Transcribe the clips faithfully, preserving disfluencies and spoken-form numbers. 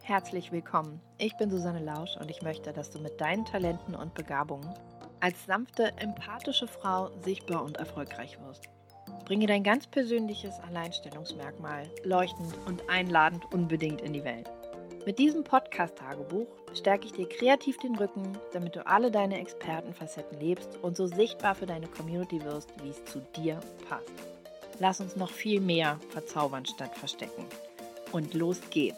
Herzlich willkommen. Ich bin Susanne Lausch und ich möchte, dass du mit deinen Talenten und Begabungen als sanfte, empathische Frau sichtbar und erfolgreich wirst. Bringe dein ganz persönliches Alleinstellungsmerkmal leuchtend und einladend unbedingt in die Welt. Mit diesem Podcast-Tagebuch stärke ich dir kreativ den Rücken, damit du alle deine Expertenfacetten lebst und so sichtbar für deine Community wirst, wie es zu dir passt. Lass uns noch viel mehr verzaubern statt verstecken. Und los geht's!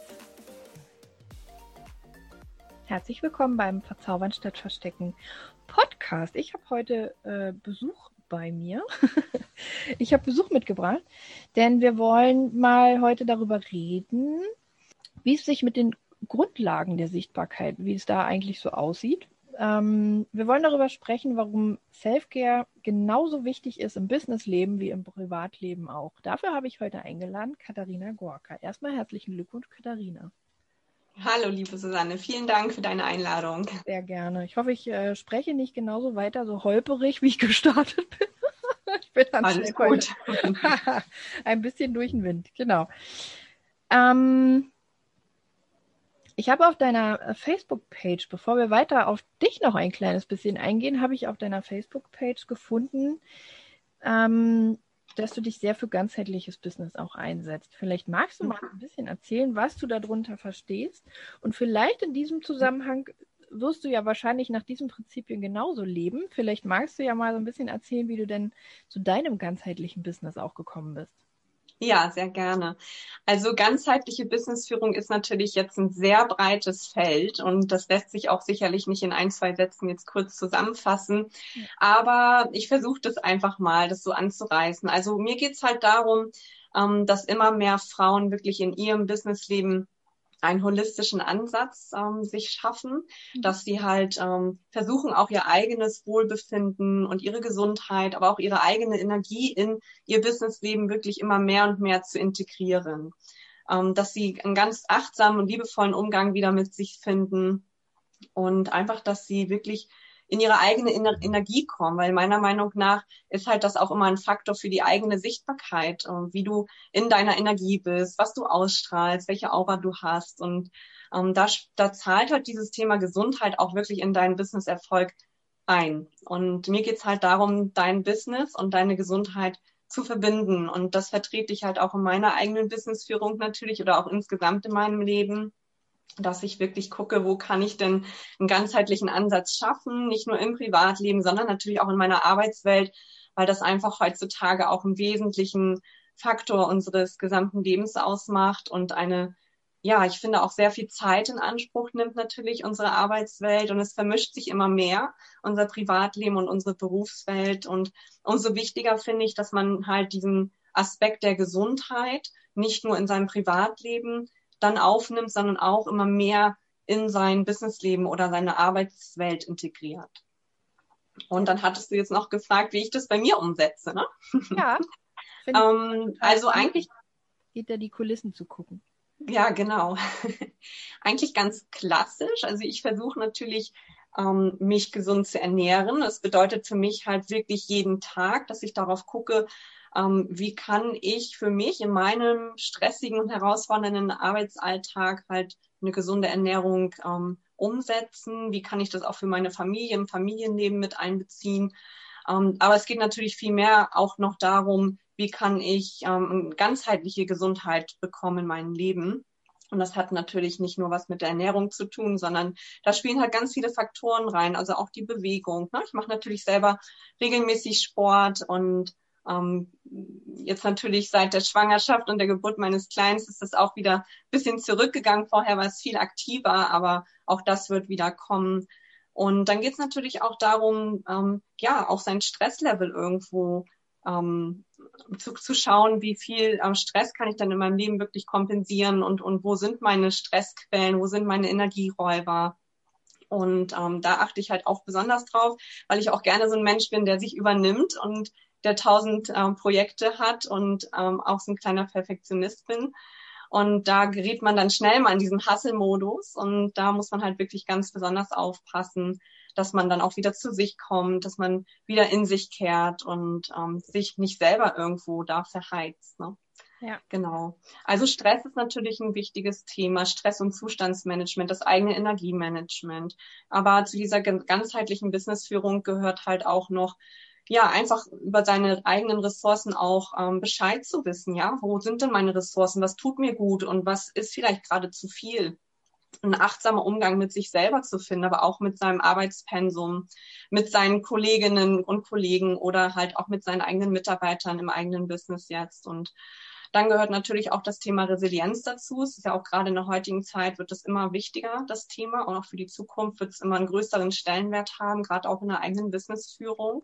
Herzlich willkommen beim Verzaubern statt Verstecken Podcast. Ich habe heute äh, Besuch bei mir. Ich habe Besuch mitgebracht, denn wir wollen mal heute darüber reden, wie es sich mit den Grundlagen der Sichtbarkeit, wie es da eigentlich so aussieht. Ähm, wir wollen darüber sprechen, warum Self-Care genauso wichtig ist im Businessleben wie im Privatleben auch. Dafür habe ich heute eingeladen Katharina Gorka. Erstmal herzlichen Glückwunsch, Katharina. Hallo, liebe Susanne, vielen Dank für deine Einladung. Sehr gerne. Ich hoffe, ich äh, spreche nicht genauso weiter, so holperig, wie ich gestartet bin. Ich bin dann Alles gut. Ein bisschen durch den Wind, genau. Ähm, ich habe auf deiner Facebook-Page, bevor wir weiter auf dich noch ein kleines bisschen eingehen, habe ich auf deiner Facebook-Page gefunden, ähm, dass du dich sehr für ganzheitliches Business auch einsetzt. Vielleicht magst du mal ein bisschen erzählen, was du darunter verstehst. Und vielleicht in diesem Zusammenhang wirst du ja wahrscheinlich nach diesen Prinzipien genauso leben. Vielleicht magst du ja mal so ein bisschen erzählen, wie du denn zu deinem ganzheitlichen Business auch gekommen bist. Ja, sehr gerne. Also ganzheitliche Businessführung ist natürlich jetzt ein sehr breites Feld und das lässt sich auch sicherlich nicht in ein, zwei Sätzen jetzt kurz zusammenfassen. Aber ich versuche das einfach mal, das so anzureißen. Also mir geht's halt darum, dass immer mehr Frauen wirklich in ihrem Businessleben einen holistischen Ansatz ähm, sich schaffen, dass sie halt ähm, versuchen, auch ihr eigenes Wohlbefinden und ihre Gesundheit, aber auch ihre eigene Energie in ihr Businessleben wirklich immer mehr und mehr zu integrieren. Ähm, dass sie einen ganz achtsamen und liebevollen Umgang wieder mit sich finden und einfach, dass sie wirklich in ihre eigene Energie kommen, weil meiner Meinung nach ist halt das auch immer ein Faktor für die eigene Sichtbarkeit, wie du in deiner Energie bist, was du ausstrahlst, welche Aura du hast und ähm, da, da zahlt halt dieses Thema Gesundheit auch wirklich in deinen Businesserfolg ein und mir geht's halt darum, dein Business und deine Gesundheit zu verbinden und das vertrete ich halt auch in meiner eigenen Businessführung natürlich oder auch insgesamt in meinem Leben, dass ich wirklich gucke, wo kann ich denn einen ganzheitlichen Ansatz schaffen, nicht nur im Privatleben, sondern natürlich auch in meiner Arbeitswelt, weil das einfach heutzutage auch einen wesentlichen Faktor unseres gesamten Lebens ausmacht und eine, ja, ich finde auch sehr viel Zeit in Anspruch nimmt natürlich unsere Arbeitswelt und es vermischt sich immer mehr, unser Privatleben und unsere Berufswelt und umso wichtiger finde ich, dass man halt diesen Aspekt der Gesundheit nicht nur in seinem Privatleben dann aufnimmt, sondern auch immer mehr in sein Businessleben oder seine Arbeitswelt integriert. Und dann hattest du jetzt noch gefragt, wie ich das bei mir umsetze, ne? Ja. ähm, also eigentlich geht da die Kulissen zu gucken. Ja, genau. Eigentlich ganz klassisch. Also ich versuche natürlich, ähm, mich gesund zu ernähren. Das bedeutet für mich halt wirklich jeden Tag, dass ich darauf gucke, ähm, wie kann ich für mich in meinem stressigen und herausfordernden Arbeitsalltag halt eine gesunde Ernährung ähm, umsetzen? Wie kann ich das auch für meine Familie im Familienleben mit einbeziehen? Ähm, aber es geht natürlich viel mehr auch noch darum, wie kann ich ähm, ganzheitliche Gesundheit bekommen in meinem Leben. Und das hat natürlich nicht nur was mit der Ernährung zu tun, sondern da spielen halt ganz viele Faktoren rein, also auch die Bewegung. Ne? Ich mache natürlich selber regelmäßig Sport und ähm, jetzt natürlich seit der Schwangerschaft und der Geburt meines Kleinen ist das auch wieder ein bisschen zurückgegangen. Vorher war es viel aktiver, aber auch das wird wieder kommen. Und dann geht es natürlich auch darum, ähm, ja, auch sein Stresslevel irgendwo ähm, zu, zu schauen, wie viel ähm, Stress kann ich dann in meinem Leben wirklich kompensieren und, und wo sind meine Stressquellen, wo sind meine Energieräuber. Und ähm, da achte ich halt auch besonders drauf, weil ich auch gerne so ein Mensch bin, der sich übernimmt und der tausend ähm, Projekte hat und ähm, auch so ein kleiner Perfektionist bin. Und da gerät man dann schnell mal in diesen Hustle-Modus und da muss man halt wirklich ganz besonders aufpassen, dass man dann auch wieder zu sich kommt, dass man wieder in sich kehrt und ähm, sich nicht selber irgendwo da verheizt. Ne? Ja. Genau. Also Stress ist natürlich ein wichtiges Thema, Stress- und Zustandsmanagement, das eigene Energiemanagement. Aber zu dieser ganzheitlichen Businessführung gehört halt auch noch, ja, einfach über seine eigenen Ressourcen auch ähm, Bescheid zu wissen, ja, wo sind denn meine Ressourcen, was tut mir gut und was ist vielleicht gerade zu viel. Ein achtsamer Umgang mit sich selber zu finden, aber auch mit seinem Arbeitspensum, mit seinen Kolleginnen und Kollegen oder halt auch mit seinen eigenen Mitarbeitern im eigenen Business jetzt. Und dann gehört natürlich auch das Thema Resilienz dazu. Es ist ja auch gerade in der heutigen Zeit wird es immer wichtiger, das Thema. Und auch für die Zukunft wird es immer einen größeren Stellenwert haben, gerade auch in der eigenen Businessführung.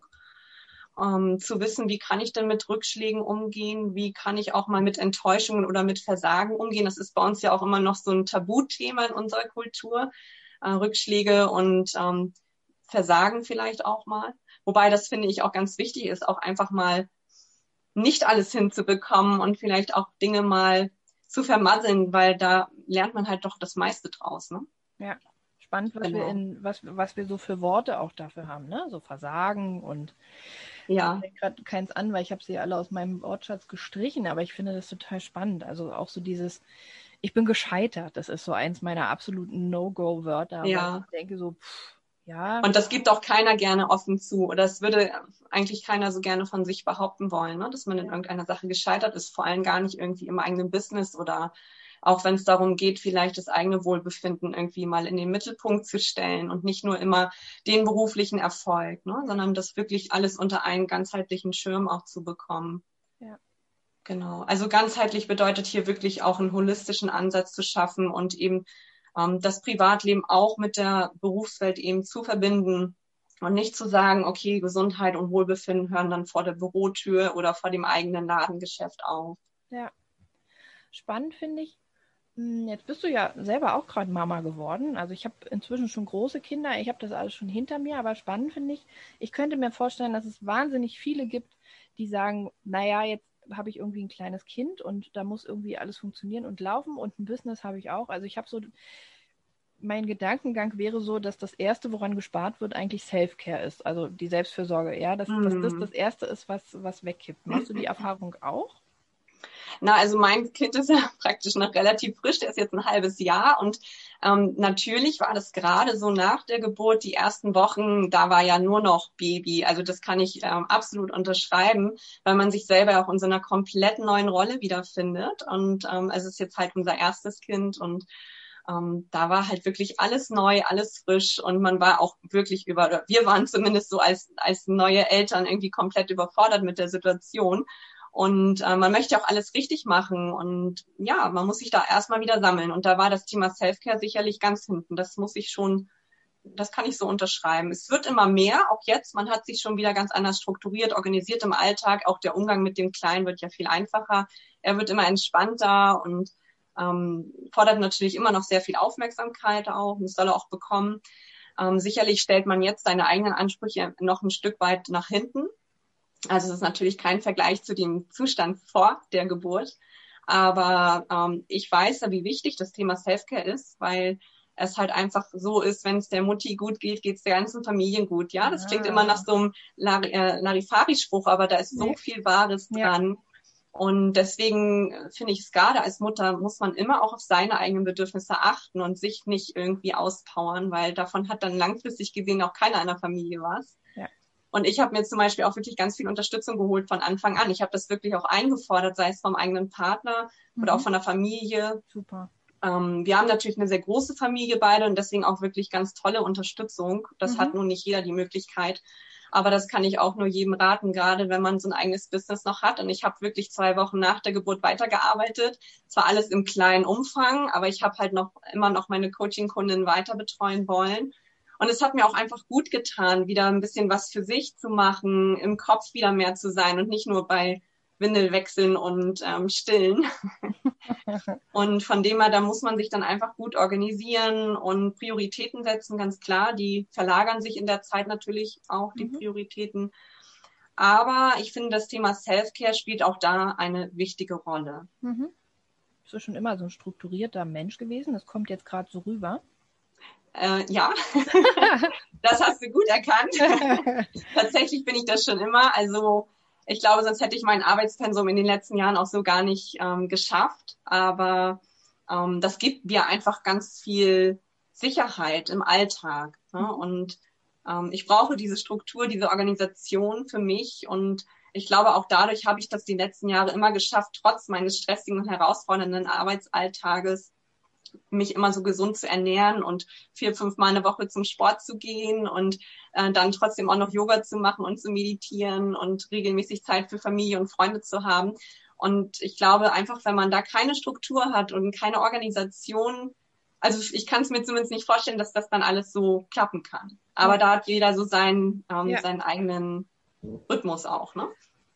Ähm, zu wissen, wie kann ich denn mit Rückschlägen umgehen? Wie kann ich auch mal mit Enttäuschungen oder mit Versagen umgehen? Das ist bei uns ja auch immer noch so ein Tabuthema in unserer Kultur. Äh, Rückschläge und ähm, Versagen vielleicht auch mal. Wobei das, finde ich, auch ganz wichtig ist, auch einfach mal nicht alles hinzubekommen und vielleicht auch Dinge mal zu vermasseln, weil da lernt man halt doch das meiste draus, ne? Ja, spannend, was Genau. wir in, was, was wir so für Worte auch dafür haben, ne? So Versagen und Ja. mir fällt gerade keins an, weil ich habe sie alle aus meinem Wortschatz gestrichen, aber ich finde das total spannend. Also auch so dieses, ich bin gescheitert, das ist so eins meiner absoluten No-Go-Wörter, Ja. weil ich denke so, pff, ja. Und das gibt auch keiner gerne offen zu. Oder es würde eigentlich keiner so gerne von sich behaupten wollen, ne? Dass man in irgendeiner Sache gescheitert ist. Vor allem gar nicht irgendwie im eigenen Business oder auch wenn es darum geht, vielleicht das eigene Wohlbefinden irgendwie mal in den Mittelpunkt zu stellen und nicht nur immer den beruflichen Erfolg, ne? Sondern das wirklich alles unter einen ganzheitlichen Schirm auch zu bekommen. Ja. Genau. Also ganzheitlich bedeutet hier wirklich auch einen holistischen Ansatz zu schaffen und eben das Privatleben auch mit der Berufswelt eben zu verbinden und nicht zu sagen, okay, Gesundheit und Wohlbefinden hören dann vor der Bürotür oder vor dem eigenen Ladengeschäft auf. Ja, spannend finde ich. Jetzt bist du ja selber auch gerade Mama geworden. Also ich habe inzwischen schon große Kinder, ich habe das alles schon hinter mir, aber spannend finde ich, ich könnte mir vorstellen, dass es wahnsinnig viele gibt, die sagen, naja, jetzt habe ich irgendwie ein kleines Kind und da muss irgendwie alles funktionieren und laufen und ein Business habe ich auch. Also ich habe so, mein Gedankengang wäre so, dass das Erste, woran gespart wird, eigentlich Self-Care ist, also die Selbstfürsorge, ja, dass, mm. dass das das Erste ist, was, was wegkippt. Machst du die Erfahrung auch? Na, also mein Kind ist ja praktisch noch relativ frisch, der ist jetzt ein halbes Jahr und ähm, natürlich war das gerade so nach der Geburt, die ersten Wochen, da war ja nur noch Baby. Also das kann ich ähm, absolut unterschreiben, weil man sich selber auch in so einer komplett neuen Rolle wiederfindet und ähm, es ist jetzt halt unser erstes Kind und ähm, da war halt wirklich alles neu, alles frisch und man war auch wirklich über, oder wir waren zumindest so als, als neue Eltern irgendwie komplett überfordert mit der Situation. Und äh, man möchte auch alles richtig machen und ja, man muss sich da erstmal wieder sammeln. Und da war das Thema Selfcare sicherlich ganz hinten. Das muss ich schon, das kann ich so unterschreiben. Es wird immer mehr, auch jetzt. Man hat sich schon wieder ganz anders strukturiert, organisiert im Alltag. Auch der Umgang mit dem Kleinen wird ja viel einfacher. Er wird immer entspannter und ähm, fordert natürlich immer noch sehr viel Aufmerksamkeit auch. Das soll er auch bekommen. Ähm, sicherlich stellt man jetzt seine eigenen Ansprüche noch ein Stück weit nach hinten. Also es ist natürlich kein Vergleich zu dem Zustand vor der Geburt. Aber ähm, ich weiß ja, wie wichtig das Thema Selfcare ist, weil es halt einfach so ist, wenn es der Mutti gut geht, geht es der ganzen Familie gut. Ja, das ah. klingt immer nach so einem Lar- äh, Larifari-Spruch, aber da ist nee. so viel Wahres ja. dran. Und deswegen finde ich es gerade als Mutter muss man immer auch auf seine eigenen Bedürfnisse achten und sich nicht irgendwie auspowern, weil davon hat dann langfristig gesehen auch keiner in der Familie was. Ja. Und ich habe mir zum Beispiel auch wirklich ganz viel Unterstützung geholt von Anfang an. Ich habe das wirklich auch eingefordert, sei es vom eigenen Partner mhm. oder auch von der Familie. Super. Ähm, wir haben natürlich eine sehr große Familie beide und deswegen auch wirklich ganz tolle Unterstützung. Das mhm. hat nun nicht jeder die Möglichkeit. Aber das kann ich auch nur jedem raten, gerade wenn man so ein eigenes Business noch hat. Und ich habe wirklich zwei Wochen nach der Geburt weitergearbeitet. Zwar alles im kleinen Umfang, aber ich habe halt noch immer noch meine Coaching-Kunden weiter betreuen wollen. Und es hat mir auch einfach gut getan, wieder ein bisschen was für sich zu machen, im Kopf wieder mehr zu sein und nicht nur bei Windelwechseln und ähm, Stillen. Und von dem her, da muss man sich dann einfach gut organisieren und Prioritäten setzen, ganz klar. Die verlagern sich in der Zeit natürlich auch, die mhm. Prioritäten. Aber ich finde, das Thema Self-Care spielt auch da eine wichtige Rolle. Mhm. Bist du schon immer so ein strukturierter Mensch gewesen? Das kommt jetzt gerade so rüber. Äh, ja, das hast du gut erkannt. Tatsächlich bin ich das schon immer. Also ich glaube, sonst hätte ich mein Arbeitspensum in den letzten Jahren auch so gar nicht ähm, geschafft. Aber ähm, das gibt mir einfach ganz viel Sicherheit im Alltag. Ne? Und ähm, ich brauche diese Struktur, diese Organisation für mich. Und ich glaube, auch dadurch habe ich das die letzten Jahre immer geschafft, trotz meines stressigen und herausfordernden Arbeitsalltages mich immer so gesund zu ernähren und vier, fünf Mal eine Woche zum Sport zu gehen und äh, dann trotzdem auch noch Yoga zu machen und zu meditieren und regelmäßig Zeit für Familie und Freunde zu haben. Und ich glaube einfach, wenn man da keine Struktur hat und keine Organisation, also ich kann es mir zumindest nicht vorstellen, dass das dann alles so klappen kann. Aber ja. Da hat jeder so seinen, ähm, ja. seinen eigenen Rhythmus auch, ne?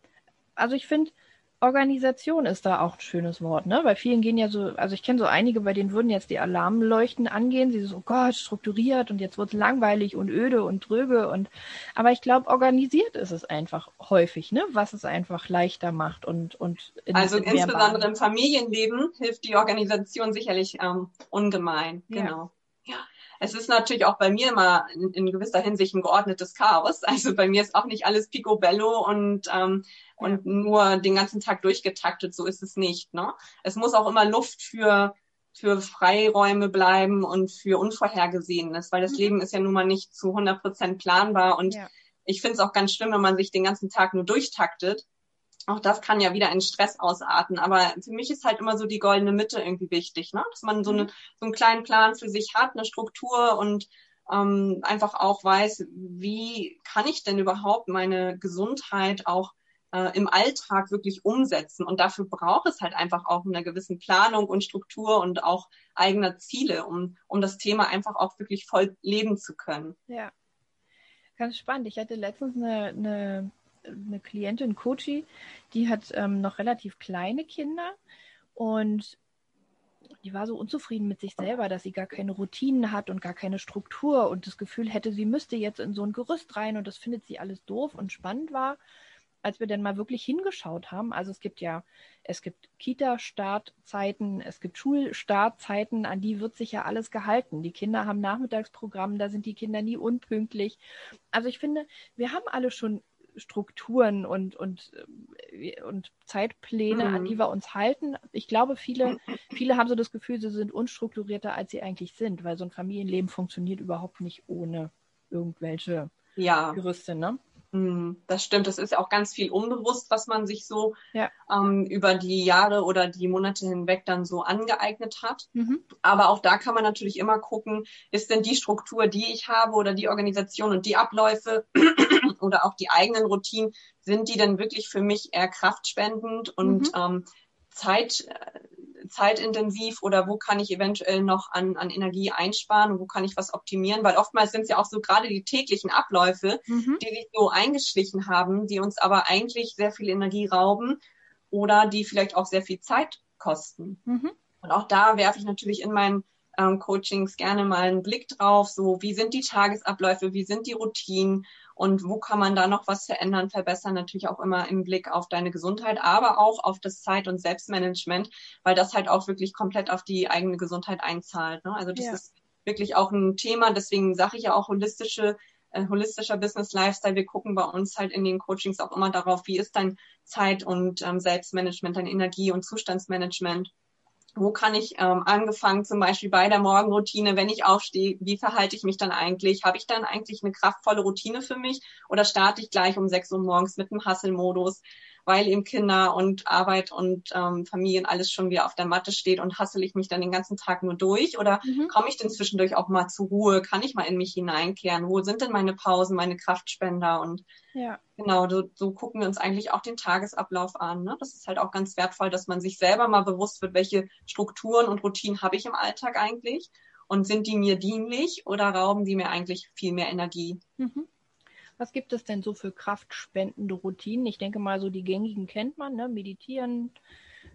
Also ich finde, Organisation ist da auch ein schönes Wort, ne? Bei vielen gehen ja so, also ich kenne so einige, bei denen würden jetzt die Alarmleuchten angehen, sie so, oh Gott, strukturiert und jetzt wird es langweilig und öde und dröge und, aber ich glaube, organisiert ist es einfach häufig, ne? Was es einfach leichter macht und, und in, also in insbesondere im Familienleben hilft die Organisation sicherlich ähm, ungemein, ja. Genau. Ja. Es ist natürlich auch bei mir immer in, in gewisser Hinsicht ein geordnetes Chaos. Also bei mir ist auch nicht alles picobello und ähm, ja. und nur den ganzen Tag durchgetaktet. So ist es nicht. Ne? Es muss auch immer Luft für für Freiräume bleiben und für Unvorhergesehenes, weil das mhm. Leben ist ja nun mal nicht zu hundert Prozent planbar. Und ja. ich finde es auch ganz schlimm, wenn man sich den ganzen Tag nur durchtaktet. Auch das kann ja wieder in Stress ausarten. Aber für mich ist halt immer so die goldene Mitte irgendwie wichtig, ne? Dass man so, eine, so einen kleinen Plan für sich hat, eine Struktur und ähm, einfach auch weiß, wie kann ich denn überhaupt meine Gesundheit auch äh, im Alltag wirklich umsetzen. Und dafür braucht es halt einfach auch eine gewisse Planung und Struktur und auch eigener Ziele, um, um das Thema einfach auch wirklich voll leben zu können. Ja, ganz spannend. Ich hatte letztens eine, eine eine Klientin, Coachie, die hat ähm, noch relativ kleine Kinder und die war so unzufrieden mit sich selber, dass sie gar keine Routinen hat und gar keine Struktur und das Gefühl hätte, sie müsste jetzt in so ein Gerüst rein und das findet sie alles doof und spannend war, als wir dann mal wirklich hingeschaut haben. Also es gibt ja, es gibt Kita-Startzeiten, es gibt Schulstartzeiten, an die wird sich ja alles gehalten. Die Kinder haben Nachmittagsprogramm, da sind die Kinder nie unpünktlich. Also ich finde, wir haben alle schon Strukturen und, und, und Zeitpläne, mhm. an die wir uns halten. Ich glaube, viele, viele haben so das Gefühl, sie sind unstrukturierter, als sie eigentlich sind, weil so ein Familienleben funktioniert überhaupt nicht ohne irgendwelche ja. Gerüste, ne? Das stimmt, das ist ja auch ganz viel unbewusst, was man sich so ja. ähm, über die Jahre oder die Monate hinweg dann so angeeignet hat. Mhm. Aber auch da kann man natürlich immer gucken, ist denn die Struktur, die ich habe oder die Organisation und die Abläufe oder auch die eigenen Routinen, sind die denn wirklich für mich eher kraftspendend und mhm. ähm, Zeit, zeitintensiv oder wo kann ich eventuell noch an, an Energie einsparen und wo kann ich was optimieren, weil oftmals sind es ja auch so gerade die täglichen Abläufe, mhm. die sich so eingeschlichen haben, die uns aber eigentlich sehr viel Energie rauben oder die vielleicht auch sehr viel Zeit kosten. Mhm. Und auch da werfe ich natürlich in meinen ähm, Coachings gerne mal einen Blick drauf, so wie sind die Tagesabläufe, wie sind die Routinen und wo kann man da noch was verändern, verbessern, natürlich auch immer im Blick auf deine Gesundheit, aber auch auf das Zeit- und Selbstmanagement, weil das halt auch wirklich komplett auf die eigene Gesundheit einzahlt. Ne? Also das ja. ist wirklich auch ein Thema, deswegen sage ich ja auch holistische, äh, holistischer Business Lifestyle. Wir gucken bei uns halt in den Coachings auch immer darauf, wie ist dein Zeit- und ähm, Selbstmanagement, dein Energie- und Zustandsmanagement. Wo kann ich ähm, angefangen zum Beispiel bei der Morgenroutine, wenn ich aufstehe, wie verhalte ich mich dann eigentlich? Habe ich dann eigentlich eine kraftvolle Routine für mich oder starte ich gleich um sechs Uhr morgens mit dem Hustle-Modus, weil eben Kinder und Arbeit und ähm, Familien alles schon wieder auf der Matte steht und hassle ich mich dann den ganzen Tag nur durch oder mhm. komme ich denn zwischendurch auch mal zur Ruhe? Kann ich mal in mich hineinkehren? Wo sind denn meine Pausen, meine Kraftspender? Und ja. Genau, so, so gucken wir uns eigentlich auch den Tagesablauf an. Ne? Das ist halt auch ganz wertvoll, dass man sich selber mal bewusst wird, welche Strukturen und Routinen habe ich im Alltag eigentlich und sind die mir dienlich oder rauben die mir eigentlich viel mehr Energie? Mhm. Was gibt es denn so für kraftspendende Routinen? Ich denke mal, so die gängigen kennt man, ne? Meditieren,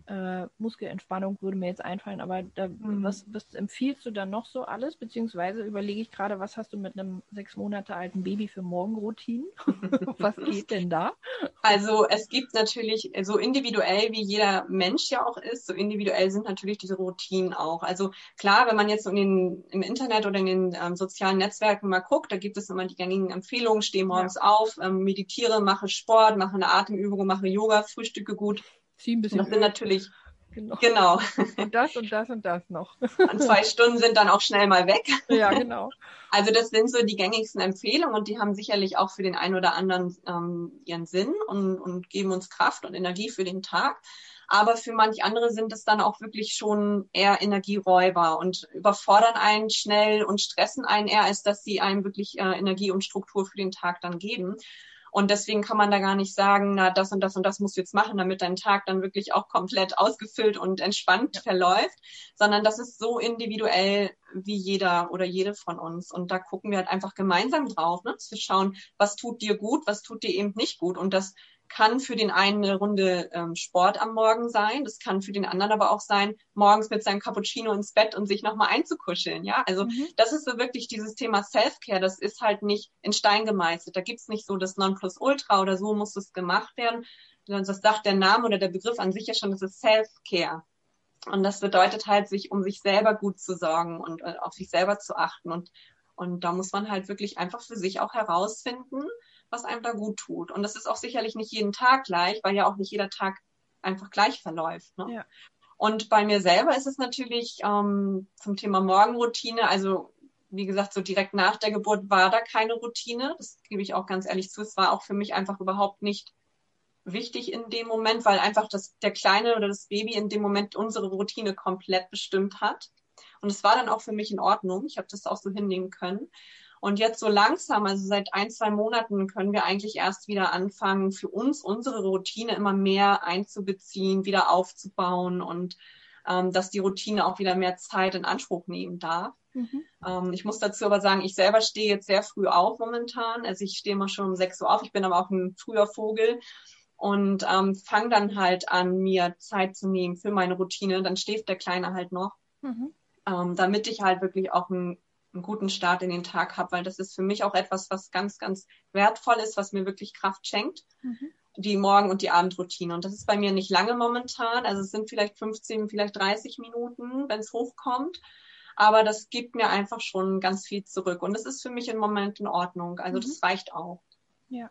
äh, Muskelentspannung würde mir jetzt einfallen, aber da, Mhm. was, was empfiehlst du dann noch so alles? Beziehungsweise überlege ich gerade, was hast du mit einem sechs Monate alten Baby für Morgenroutinen? Was geht denn da? Also es gibt natürlich, so individuell wie jeder Mensch ja auch ist, so individuell sind natürlich diese Routinen auch. Also klar, wenn man jetzt so in den, im Internet oder in den ähm, sozialen Netzwerken mal guckt, da gibt es immer die gängigen Empfehlungen, stehe morgens Ja. auf, ähm, meditiere, mache Sport, mache eine Atemübung, mache Yoga, frühstücke gut. Zieh ein Und bisschen das sind Öl. natürlich, Genau. genau, Und das und das und das noch. und zwei Stunden sind dann auch schnell mal weg. Ja, genau. Also das sind so die gängigsten Empfehlungen und die haben sicherlich auch für den einen oder anderen ähm, ihren Sinn und, und geben uns Kraft und Energie für den Tag. Aber für manch andere sind es dann auch wirklich schon eher Energieräuber und überfordern einen schnell und stressen einen eher, als dass sie einem wirklich äh, Energie und Struktur für den Tag dann geben. Und deswegen kann man da gar nicht sagen, na, das und das und das musst du jetzt machen, damit dein Tag dann wirklich auch komplett ausgefüllt und entspannt Ja. verläuft, sondern das ist so individuell wie jeder oder jede von uns. Und da gucken wir halt einfach gemeinsam drauf, ne? Zu schauen, was tut dir gut, was tut dir eben nicht gut. Und das kann für den einen eine Runde ähm, Sport am Morgen sein. Das kann für den anderen aber auch sein, morgens mit seinem Cappuccino ins Bett und sich nochmal einzukuscheln. Ja, also Mhm. das ist so wirklich dieses Thema Self-Care. Das ist halt nicht in Stein gemeißelt. Da gibt's nicht so das Nonplusultra oder so muss es gemacht werden. Das sagt der Name oder der Begriff an sich ja schon, das ist Self-Care. Und das bedeutet halt, sich um sich selber gut zu sorgen und äh, auf sich selber zu achten. Und, und da muss man halt wirklich einfach für sich auch herausfinden, was einem da gut tut. Und das ist auch sicherlich nicht jeden Tag gleich, weil ja auch nicht jeder Tag einfach gleich verläuft. Ne? Ja. Und bei mir selber ist es natürlich ähm, zum Thema Morgenroutine, also wie gesagt, so direkt nach der Geburt war da keine Routine. Das gebe ich auch ganz ehrlich zu. Es war auch für mich einfach überhaupt nicht wichtig in dem Moment, weil einfach das, der Kleine oder das Baby in dem Moment unsere Routine komplett bestimmt hat. Und es war dann auch für mich in Ordnung. Ich habe das auch so hinnehmen können. Und jetzt so langsam, also seit ein, zwei Monaten, können wir eigentlich erst wieder anfangen, für uns unsere Routine immer mehr einzubeziehen, wieder aufzubauen und ähm, dass die Routine auch wieder mehr Zeit in Anspruch nehmen darf. Mhm. Ähm, ich muss dazu aber sagen, ich selber stehe jetzt sehr früh auf momentan. Also ich stehe immer schon um sechs Uhr auf. Ich bin aber auch ein früher Vogel und ähm, fange dann halt an, mir Zeit zu nehmen für meine Routine. Dann schläft der Kleine halt noch, Mhm. ähm, damit ich halt wirklich auch einen, einen guten Start in den Tag habe, weil das ist für mich auch etwas, was ganz, ganz wertvoll ist, was mir wirklich Kraft schenkt, Mhm. die Morgen- und die Abendroutine. Und das ist bei mir nicht lange momentan, also es sind vielleicht fünfzehn, vielleicht dreißig Minuten, wenn es hochkommt. Aber das gibt mir einfach schon ganz viel zurück. Und es ist für mich im Moment in Ordnung. Also Mhm. das reicht auch. Ja.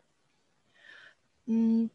Mm,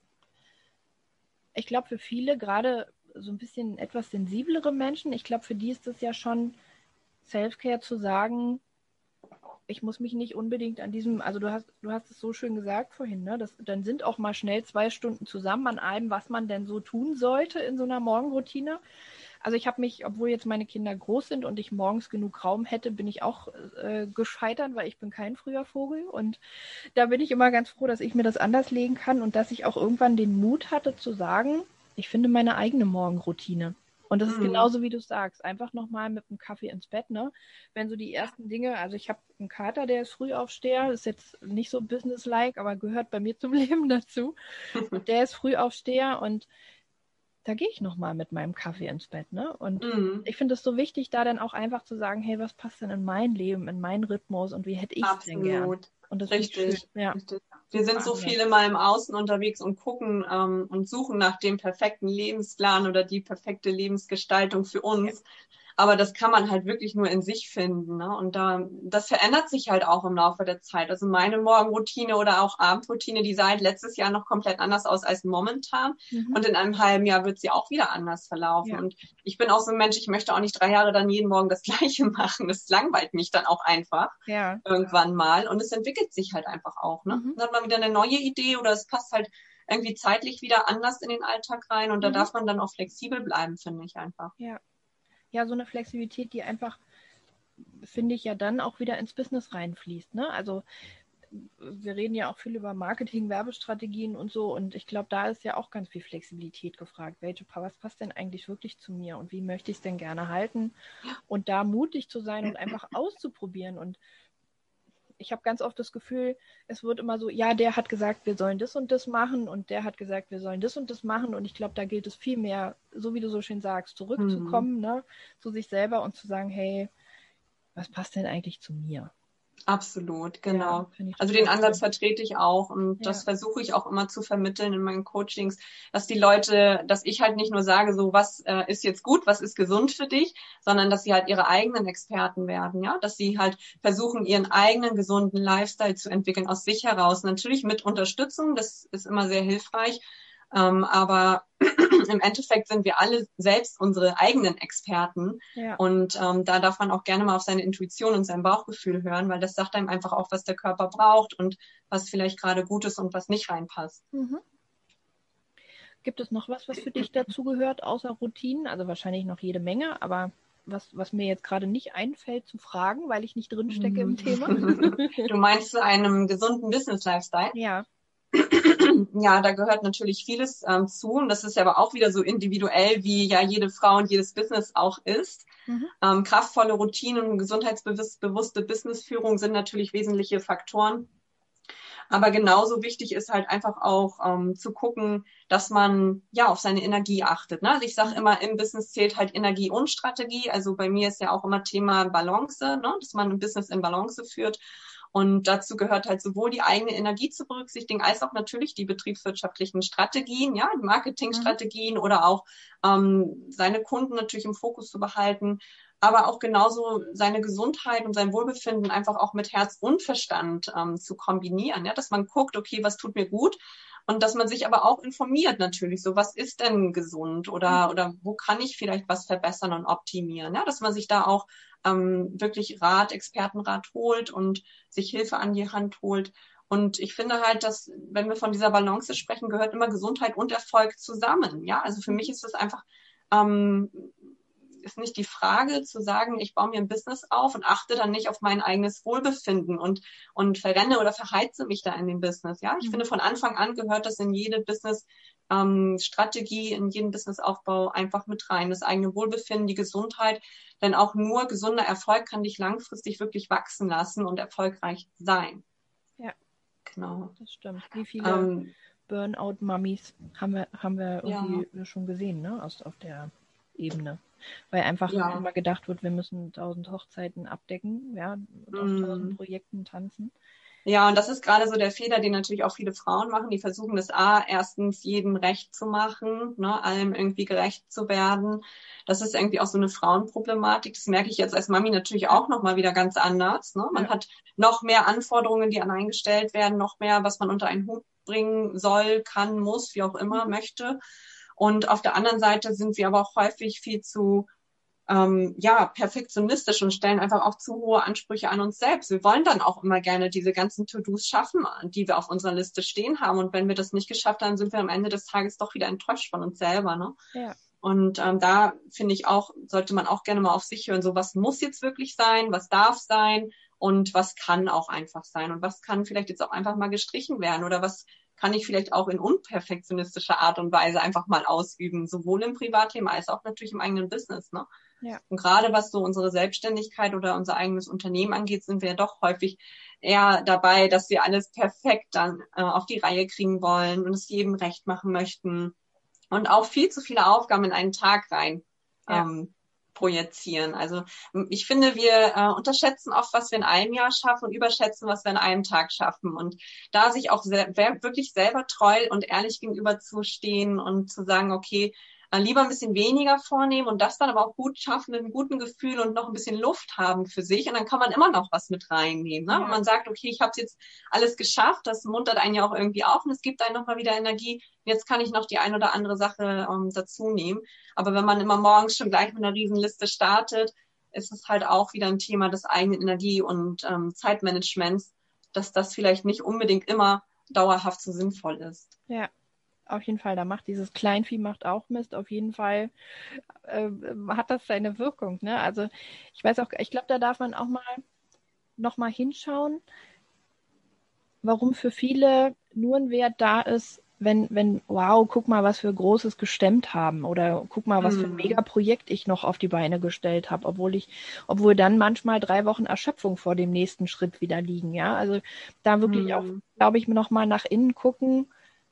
Ich glaube, für viele, gerade so ein bisschen etwas sensiblere Menschen, ich glaube, für die ist es ja schon Self-Care zu sagen, ich muss mich nicht unbedingt an diesem, also du hast, du hast es so schön gesagt vorhin, ne? Das, dann sind auch mal schnell zwei Stunden zusammen an allem, was man denn so tun sollte in so einer Morgenroutine. Also ich habe mich, obwohl jetzt meine Kinder groß sind und ich morgens genug Raum hätte, bin ich auch äh, gescheitert, weil ich bin kein früher Vogel. Und da bin ich immer ganz froh, dass ich mir das anders legen kann und dass ich auch irgendwann den Mut hatte zu sagen, ich finde meine eigene Morgenroutine. Und das ist Mhm. genauso, wie du sagst. Einfach nochmal mit einem Kaffee ins Bett, ne? Wenn so die ersten Dinge, also ich habe einen Kater, der ist Frühaufsteher, ist jetzt nicht so businesslike, aber gehört bei mir zum Leben dazu. Und der ist Frühaufsteher und da gehe ich nochmal mit meinem Kaffee ins Bett, ne? Und Mhm. ich finde es so wichtig, da dann auch einfach zu sagen, hey, was passt denn in mein Leben, in meinen Rhythmus und wie hätte ich es denn gern? Absolut. Und das finde ich schön. Richtig. Ja, Richtig. Wir super sind so Ansatz. viele mal im Außen unterwegs und gucken ähm, und suchen nach dem perfekten Lebensplan oder die perfekte Lebensgestaltung für Ja. uns. Aber das kann man halt wirklich nur in sich finden. Ne? Und da, das verändert sich halt auch im Laufe der Zeit. Also meine Morgenroutine oder auch Abendroutine, die sah halt letztes Jahr noch komplett anders aus als momentan. Mhm. Und in einem halben Jahr wird sie auch wieder anders verlaufen. Ja. Und ich bin auch so ein Mensch, ich möchte auch nicht drei Jahre dann jeden Morgen das Gleiche machen. Das langweilt mich dann auch einfach Ja. irgendwann mal. Und es entwickelt sich halt einfach auch. Ne? Mhm. Dann hat man wieder eine neue Idee oder es passt halt irgendwie zeitlich wieder anders in den Alltag rein. Und da Mhm. darf man dann auch flexibel bleiben, finde ich einfach. Ja. Ja, so eine Flexibilität, die einfach, finde ich, ja dann auch wieder ins Business reinfließt, ne? Also wir reden ja auch viel über Marketing, Werbestrategien und so. Und ich glaube, da ist ja auch ganz viel Flexibilität gefragt. Welche, was passt denn eigentlich wirklich zu mir und wie möchte ich es denn gerne halten? Und da mutig zu sein und einfach auszuprobieren. Und ich habe ganz oft das Gefühl, es wird immer so, ja, der hat gesagt, wir sollen das und das machen und der hat gesagt, wir sollen das und das machen und ich glaube, da gilt es viel mehr, so wie du so schön sagst, zurückzukommen, mhm. ne, zu sich selber und zu sagen, hey, was passt denn eigentlich zu mir? Absolut, genau. Ja, also den Ansatz cool. vertrete ich auch und ja. das versuche ich auch immer zu vermitteln in meinen Coachings, dass die Leute, dass ich halt nicht nur sage, so was äh, ist jetzt gut, was ist gesund für dich, sondern dass sie halt ihre eigenen Experten werden, ja, dass sie halt versuchen, ihren eigenen gesunden Lifestyle zu entwickeln aus sich heraus. Natürlich mit Unterstützung, das ist immer sehr hilfreich, ähm, aber im Endeffekt sind wir alle selbst unsere eigenen Experten ja. und ähm, da darf man auch gerne mal auf seine Intuition und sein Bauchgefühl hören, weil das sagt einem einfach auch, was der Körper braucht und was vielleicht gerade gut ist und was nicht reinpasst. Mhm. Gibt es noch was, was für dich dazugehört, außer Routinen? Also wahrscheinlich noch jede Menge, aber was, was mir jetzt gerade nicht einfällt zu fragen, weil ich nicht drinstecke mhm. im Thema. Du meinst zu einem gesunden Business-Lifestyle? Ja. Ja, da gehört natürlich vieles ähm, zu und das ist aber auch wieder so individuell, wie ja jede Frau und jedes Business auch ist. Mhm. Ähm, kraftvolle Routinen und gesundheitsbewusste Businessführung sind natürlich wesentliche Faktoren. Aber genauso wichtig ist halt einfach auch ähm, zu gucken, dass man ja auf seine Energie achtet. Ne? Also ich sage immer, im Business zählt halt Energie und Strategie. Also bei mir ist ja auch immer Thema Balance, ne? Dass man ein Business in Balance führt. Und dazu gehört halt sowohl die eigene Energie zu berücksichtigen, als auch natürlich die betriebswirtschaftlichen Strategien, ja, die Marketingstrategien mhm. oder auch ähm, seine Kunden natürlich im Fokus zu behalten, aber auch genauso seine Gesundheit und sein Wohlbefinden einfach auch mit Herz und Verstand ähm, zu kombinieren, ja, dass man guckt, okay, was tut mir gut? Und dass man sich aber auch informiert natürlich, so was ist denn gesund oder, oder wo kann ich vielleicht was verbessern und optimieren, ja, dass man sich da auch ähm, wirklich Rat, Expertenrat holt und sich Hilfe an die Hand holt. Und ich finde halt, dass, wenn wir von dieser Balance sprechen, gehört immer Gesundheit und Erfolg zusammen, ja, also für mich ist das einfach, ähm, ist nicht die Frage zu sagen, ich baue mir ein Business auf und achte dann nicht auf mein eigenes Wohlbefinden und, und verrenne oder verheize mich da in dem Business. Ja, ich mhm. finde, von Anfang an gehört das in jede Business-Strategie, ähm, in jeden Businessaufbau einfach mit rein. Das eigene Wohlbefinden, die Gesundheit, denn auch nur gesunder Erfolg kann dich langfristig wirklich wachsen lassen und erfolgreich sein. Ja, genau. Das stimmt. Wie viele ähm, Burnout-Mummies haben wir, haben wir irgendwie ja. schon gesehen, ne, aus, auf der Ebene. Weil einfach ja. immer gedacht wird, wir müssen tausend Hochzeiten abdecken, ja, und auf tausend mm. Projekten tanzen. Ja, und das ist gerade so der Fehler, den natürlich auch viele Frauen machen. Die versuchen das A, erstens jedem recht zu machen, ne, allem irgendwie gerecht zu werden. Das ist irgendwie auch so eine Frauenproblematik. Das merke ich jetzt als Mami natürlich auch nochmal wieder ganz anders. Ne? Man ja. hat noch mehr Anforderungen, die an einen gestellt werden, noch mehr, was man unter einen Hut bringen soll, kann, muss, wie auch immer, mhm. möchte. Und auf der anderen Seite sind wir aber auch häufig viel zu ähm, ja, perfektionistisch und stellen einfach auch zu hohe Ansprüche an uns selbst. Wir wollen dann auch immer gerne diese ganzen To-Dos schaffen, die wir auf unserer Liste stehen haben. Und wenn wir das nicht geschafft haben, sind wir am Ende des Tages doch wieder enttäuscht von uns selber. Ne? Ja. Und ähm, da finde ich auch, sollte man auch gerne mal auf sich hören, so was muss jetzt wirklich sein, was darf sein und was kann auch einfach sein und was kann vielleicht jetzt auch einfach mal gestrichen werden oder was kann ich vielleicht auch in unperfektionistischer Art und Weise einfach mal ausüben, sowohl im Privatleben als auch natürlich im eigenen Business. Ne? Ja. Und gerade was so unsere Selbstständigkeit oder unser eigenes Unternehmen angeht, sind wir ja doch häufig eher dabei, dass wir alles perfekt dann äh, auf die Reihe kriegen wollen und es jedem recht machen möchten und auch viel zu viele Aufgaben in einen Tag rein ja. ähm, projizieren. Also ich finde, wir äh, unterschätzen oft, was wir in einem Jahr schaffen und überschätzen, was wir in einem Tag schaffen. Und da sich auch sehr, wirklich selber treu und ehrlich gegenüber zu stehen und zu sagen, okay, äh, lieber ein bisschen weniger vornehmen und das dann aber auch gut schaffen mit einem guten Gefühl und noch ein bisschen Luft haben für sich. Und dann kann man immer noch was mit reinnehmen. Ne? Ja. Und man sagt, okay, ich habe es jetzt alles geschafft. Das muntert einen ja auch irgendwie auf und es gibt einen nochmal wieder Energie. Jetzt kann ich noch die ein oder andere Sache ähm, dazu nehmen. Aber wenn man immer morgens schon gleich mit einer Riesenliste startet, ist es halt auch wieder ein Thema des eigenen Energie- und ähm, Zeitmanagements, dass das vielleicht nicht unbedingt immer dauerhaft so sinnvoll ist. Ja, auf jeden Fall. Da macht dieses Kleinvieh macht auch Mist. Auf jeden Fall äh, hat das seine Wirkung. Ne? Also ich weiß auch, ich glaube, da darf man auch mal noch mal hinschauen, warum für viele nur ein Wert da ist, wenn, wenn, wow, guck mal, was wir Großes gestemmt haben oder guck mal, was für ein Mhm. Megaprojekt ich noch auf die Beine gestellt habe, obwohl ich, obwohl dann manchmal drei Wochen Erschöpfung vor dem nächsten Schritt wieder liegen, ja. Also da wirklich auch, Mhm. glaube ich, noch mal nach innen gucken,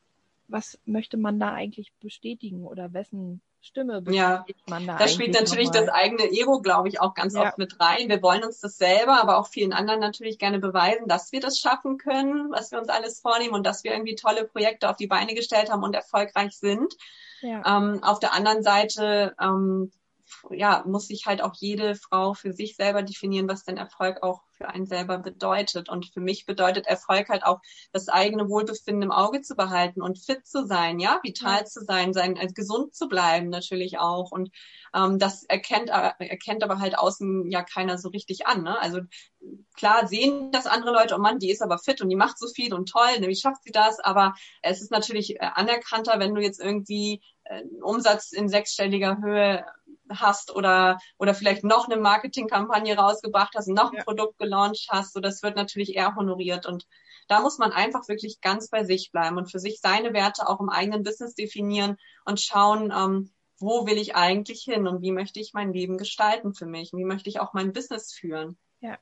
was möchte man da eigentlich bestätigen oder wessen Stimme Ja, bestätigt man da da spielt eigentlich natürlich das nochmal? eigene Ego, glaube ich, auch ganz Ja, oft mit rein. Wir wollen uns das selber, aber auch vielen anderen natürlich gerne beweisen, dass wir das schaffen können, was wir uns alles vornehmen und dass wir irgendwie tolle Projekte auf die Beine gestellt haben und erfolgreich sind. ja, Ähm, auf der anderen Seite, ähm, ja, muss sich halt auch jede Frau für sich selber definieren, was denn Erfolg auch für einen selber bedeutet. Und für mich bedeutet Erfolg halt auch, das eigene Wohlbefinden im Auge zu behalten und fit zu sein, ja, ja, vital zu sein, sein, äh, gesund zu bleiben natürlich auch. Und ähm, das erkennt, äh, erkennt aber halt außen ja keiner so richtig an. Ne? Also klar sehen das andere Leute, oh Mann, die ist aber fit und die macht so viel und toll, ne, wie schafft sie das? Aber es ist natürlich äh, anerkannter, wenn du jetzt irgendwie äh, einen Umsatz in sechsstelliger Höhe hast oder oder vielleicht noch eine Marketingkampagne rausgebracht hast, noch ein ja, Produkt gelauncht hast, so das wird natürlich eher honoriert und da muss man einfach wirklich ganz bei sich bleiben und für sich seine Werte auch im eigenen Business definieren und schauen, ähm, wo will ich eigentlich hin und wie möchte ich mein Leben gestalten für mich? Wie möchte ich auch mein Business führen? ja.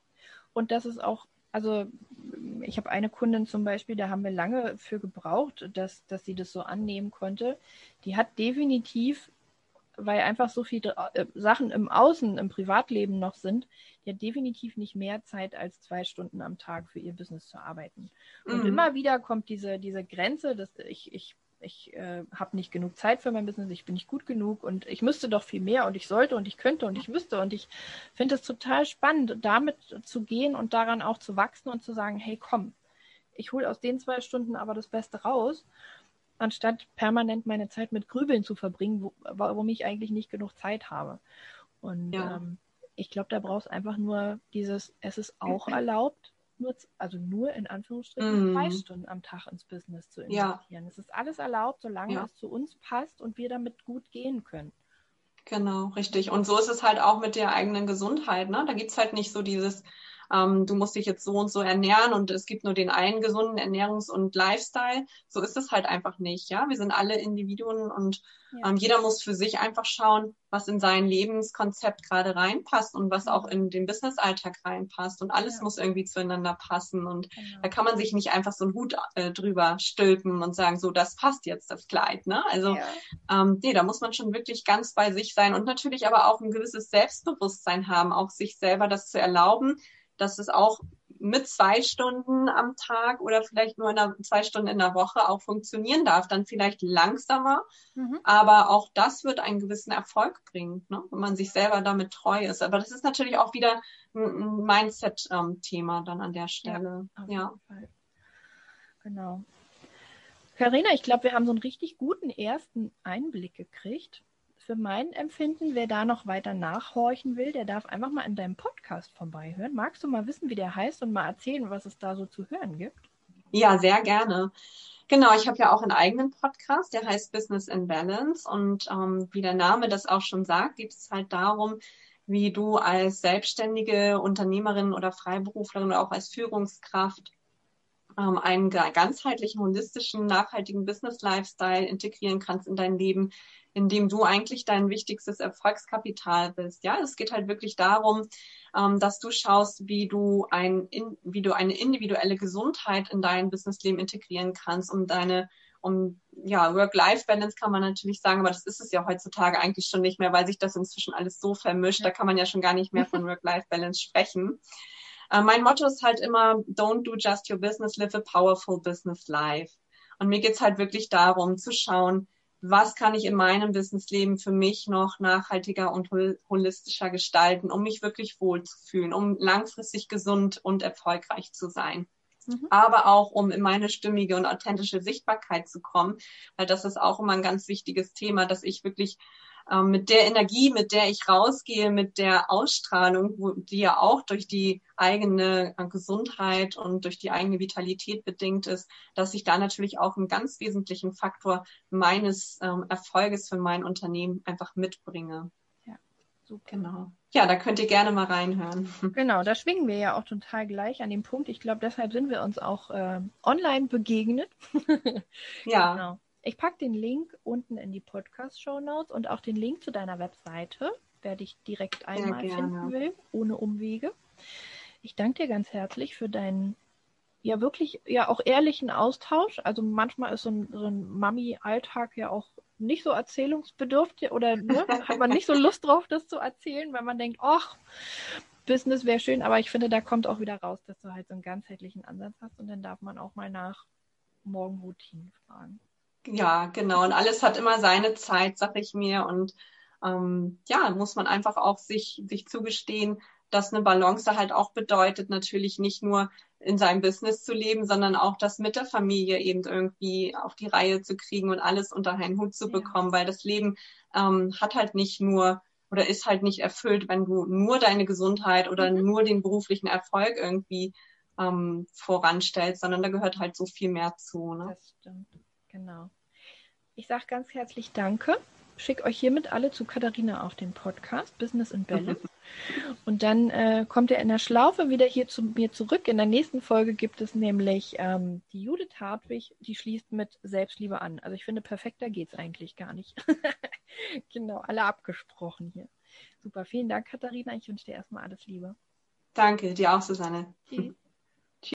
Und das ist auch, also ich habe eine Kundin zum Beispiel, da haben wir lange für gebraucht, dass, dass sie das so annehmen konnte. Die hat definitiv, weil einfach so viele äh, Sachen im Außen, im Privatleben noch sind, die hat definitiv nicht mehr Zeit als zwei Stunden am Tag für ihr Business zu arbeiten. Und Mhm. immer wieder kommt diese, diese Grenze, dass ich, ich, ich äh, habe nicht genug Zeit für mein Business, ich bin nicht gut genug und ich müsste doch viel mehr und ich sollte und ich könnte und ich müsste. Und ich finde es total spannend, damit zu gehen und daran auch zu wachsen und zu sagen, hey komm, ich hole aus den zwei Stunden aber das Beste raus, anstatt permanent meine Zeit mit Grübeln zu verbringen, wo, warum ich eigentlich nicht genug Zeit habe. Und Ja. ähm, ich glaube, da brauchst einfach nur dieses, es ist auch erlaubt, nur, also nur in Anführungsstrichen zwei Mhm. Stunden am Tag ins Business zu Ja, investieren. Es ist alles erlaubt, solange ja. es zu uns passt und wir damit gut gehen können. Genau, richtig. Und so ist es halt auch mit der eigenen Gesundheit, ne? Da gibt's halt nicht so dieses, ähm, du musst dich jetzt so und so ernähren und es gibt nur den einen gesunden Ernährungs- und Lifestyle. So ist es halt einfach nicht, ja? Wir sind alle Individuen und Ja. ähm, jeder muss für sich einfach schauen, was in sein Lebenskonzept gerade reinpasst und was auch Mhm. in den Businessalltag reinpasst. Und alles Ja, muss irgendwie zueinander passen. Und da genau. kann man sich nicht einfach so einen Hut äh, drüber stülpen und sagen, so, das passt jetzt, das Kleid, ne? Also Ja. ähm, nee, da muss man schon wirklich ganz bei sich sein und natürlich aber auch ein gewisses Selbstbewusstsein haben, auch sich selber das zu erlauben, dass es auch mit zwei Stunden am Tag oder vielleicht nur in einer, zwei Stunden in der Woche auch funktionieren darf. Dann vielleicht langsamer, Mhm. aber auch das wird einen gewissen Erfolg bringen, ne? Wenn man sich selber damit treu ist. Aber das ist natürlich auch wieder ein, ein Mindset-Thema dann an der Ja, Stelle. auf Ja. jeden Fall. Genau. Carina, ich glaube, wir haben so einen richtig guten ersten Einblick gekriegt. Für mein Empfinden, wer da noch weiter nachhorchen will, der darf einfach mal in deinem Podcast vorbeihören. Magst du mal wissen, wie der heißt und mal erzählen, was es da so zu hören gibt? Ja, sehr gerne. Genau, ich habe ja auch einen eigenen Podcast, der heißt Business in Balance. Und ähm, wie der Name das auch schon sagt, geht es halt darum, wie du als selbstständige Unternehmerin oder Freiberuflerin oder auch als Führungskraft ähm, einen ganzheitlichen, holistischen, nachhaltigen Business-Lifestyle integrieren kannst in dein Leben, indem du eigentlich dein wichtigstes Erfolgskapital bist. Ja, es geht halt wirklich darum, ähm, dass du schaust, wie du ein, in, wie du eine individuelle Gesundheit in dein Businessleben integrieren kannst, um deine um ja, Work-Life-Balance kann man natürlich sagen, aber das ist es ja heutzutage eigentlich schon nicht mehr, weil sich das inzwischen alles so vermischt. Da kann man ja schon gar nicht mehr von Work-Life-Balance sprechen. Äh, mein Motto ist halt immer, don't do just your business, live a powerful business life. Und mir geht's halt wirklich darum zu schauen, was kann ich in meinem Businessleben für mich noch nachhaltiger und hol holistischer gestalten, um mich wirklich wohlzufühlen, um langfristig gesund und erfolgreich zu sein. Mhm. Aber auch, um in meine stimmige und authentische Sichtbarkeit zu kommen, weil das ist auch immer ein ganz wichtiges Thema, dass ich wirklich ähm, mit der Energie, mit der ich rausgehe, mit der Ausstrahlung, wo, die ja auch durch die eigene äh, Gesundheit und durch die eigene Vitalität bedingt ist, dass ich da natürlich auch einen ganz wesentlichen Faktor meines ähm, Erfolges für mein Unternehmen einfach mitbringe. Ja, super. Genau. Ja, da könnt ihr gerne mal reinhören. Genau, da schwingen wir ja auch total gleich an dem Punkt. Ich glaube, deshalb sind wir uns auch äh, online begegnet. Ja, Genau. Ich packe den Link unten in die Podcast-Show-Notes und auch den Link zu deiner Webseite, wer dich direkt sehr einmal finden gerne. will, ohne Umwege. Ich danke dir ganz herzlich für deinen ja wirklich ja auch ehrlichen Austausch. Also manchmal ist so ein, so ein Mami-Alltag ja auch nicht so erzählungsbedürftig oder ne, hat man nicht so Lust drauf, das zu erzählen, weil man denkt, ach, Business wäre schön, aber ich finde, da kommt auch wieder raus, dass du halt so einen ganzheitlichen Ansatz hast und dann darf man auch mal nach Morgenroutinen fragen. Ja, genau. Und alles hat immer seine Zeit, sag ich mir. Und ähm, ja, muss man einfach auch sich, sich zugestehen, dass eine Balance halt auch bedeutet, natürlich nicht nur in seinem Business zu leben, sondern auch das mit der Familie eben irgendwie auf die Reihe zu kriegen und alles unter einen Hut zu Ja. bekommen, weil das Leben ähm, hat halt nicht nur oder ist halt nicht erfüllt, wenn du nur deine Gesundheit oder Mhm. nur den beruflichen Erfolg irgendwie ähm, voranstellst, sondern da gehört halt so viel mehr zu, ne? Das stimmt, genau. Ich sage ganz herzlich Danke. Schicke euch hiermit alle zu Katharina auf den Podcast Business in Balance. Und dann äh, kommt ihr in der Schlaufe wieder hier zu mir zurück. In der nächsten Folge gibt es nämlich ähm, die Judith Hartwig, die schließt mit Selbstliebe an. Also ich finde, perfekter geht es eigentlich gar nicht. Genau, alle abgesprochen hier. Super, vielen Dank, Katharina. Ich wünsche dir erstmal alles Liebe. Danke, dir auch, Susanne. Tschüss.